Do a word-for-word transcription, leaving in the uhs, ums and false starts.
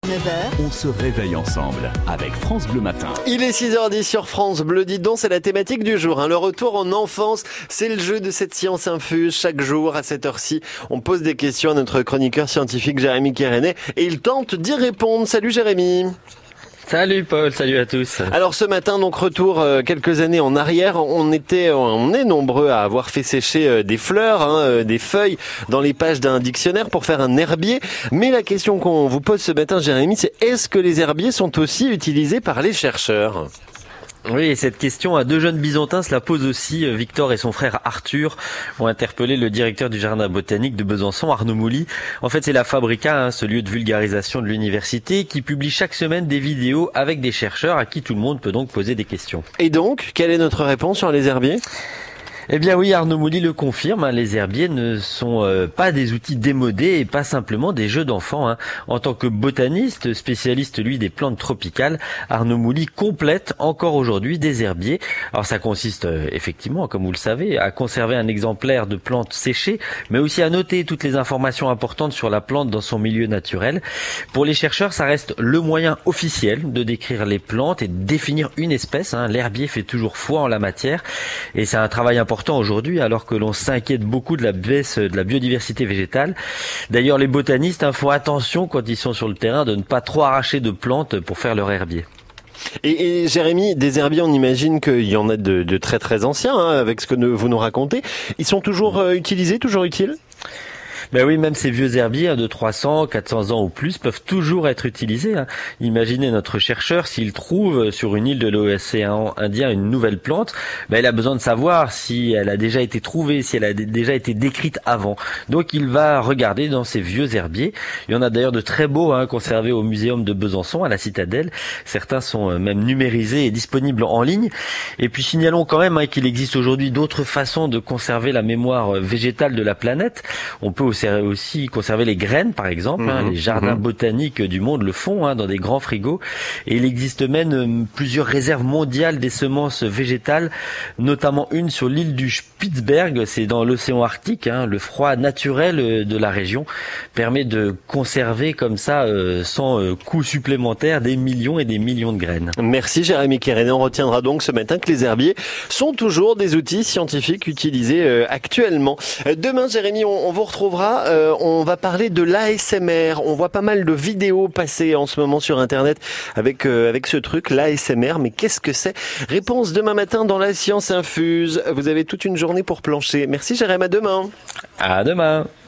neuf heures, on se réveille ensemble avec France Bleu Matin. Il est six heures dix sur France Bleu. Dites donc, c'est la thématique du jour. Hein. Le retour en enfance, c'est le jeu de cette science infuse. Chaque jour, à cette heure-ci, on pose des questions à notre chroniqueur scientifique Jérémy Kéréné et il tente d'y répondre. Salut Jérémy. Salut Paul, salut à tous. Alors ce matin, donc retour euh, quelques années en arrière, on était, on est nombreux à avoir fait sécher euh, des fleurs, hein, euh, des feuilles dans les pages d'un dictionnaire pour faire un herbier. Mais la question qu'on vous pose ce matin, Jérémy, c'est est-ce que les herbiers sont aussi utilisés par les chercheurs ? Oui, et cette question à deux jeunes byzantins se la pose aussi. Victor et son frère Arthur ont interpellé le directeur du jardin botanique de Besançon, Arnaud Mouly. En fait, c'est la Fabrica, hein, ce lieu de vulgarisation de l'université, qui publie chaque semaine des vidéos avec des chercheurs à qui tout le monde peut donc poser des questions. Et donc, quelle est notre réponse sur les herbiers ? Eh bien oui, Arnaud Mouly le confirme, hein, les herbiers ne sont euh, pas des outils démodés et pas simplement des jeux d'enfants. Hein. En tant que botaniste, spécialiste lui des plantes tropicales, Arnaud Mouly complète encore aujourd'hui des herbiers. Alors ça consiste euh, effectivement, comme vous le savez, à conserver un exemplaire de plante séchée, mais aussi à noter toutes les informations importantes sur la plante dans son milieu naturel. Pour les chercheurs, ça reste le moyen officiel de décrire les plantes et de définir une espèce. Hein. L'herbier fait toujours foi en la matière et c'est un travail important aujourd'hui alors que l'on s'inquiète beaucoup de la baisse de la biodiversité végétale. D'ailleurs, les botanistes hein, font attention quand ils sont sur le terrain de ne pas trop arracher de plantes pour faire leur herbier. Et, et Jérémy, des herbiers, on imagine qu'il y en a de, de très très anciens, hein, avec ce que nous, vous nous racontez. Ils sont toujours euh, utilisés, toujours utiles ? Ben oui, même ces vieux herbiers hein, de trois cents, quatre cents ans ou plus peuvent toujours être utilisés. Hein. Imaginez notre chercheur, s'il trouve sur une île de l'océan Indien une nouvelle plante, ben il a besoin de savoir si elle a déjà été trouvée, si elle a d- déjà été décrite avant. Donc il va regarder dans ces vieux herbiers. Il y en a d'ailleurs de très beaux hein, conservés au muséum de Besançon, à la Citadelle. Certains sont même numérisés et disponibles en ligne. Et puis signalons quand même hein, qu'il existe aujourd'hui d'autres façons de conserver la mémoire végétale de la planète. On peut aussi aussi conserver les graines par exemple, mmh, hein, les jardins mmh. botaniques du monde le font hein, dans des grands frigos et il existe même euh, plusieurs réserves mondiales des semences végétales, notamment une sur l'île du Spitzberg, c'est dans l'océan Arctique, hein, le froid naturel de la région permet de conserver comme ça euh, sans euh, coût supplémentaire des millions et des millions de graines. Merci Jérémy Kéréné, on retiendra donc ce matin que les herbiers sont toujours des outils scientifiques utilisés euh, actuellement. Euh, demain Jérémy, on, on vous retrouvera. Euh, on va parler de l'A S M R. On voit pas mal de vidéos passer en ce moment sur Internet avec euh, avec ce truc, l'A S M R. Mais qu'est-ce que c'est ? Réponse demain matin dans la science infuse. Vous avez toute une journée pour plancher. Merci Jérémy, à demain. À demain.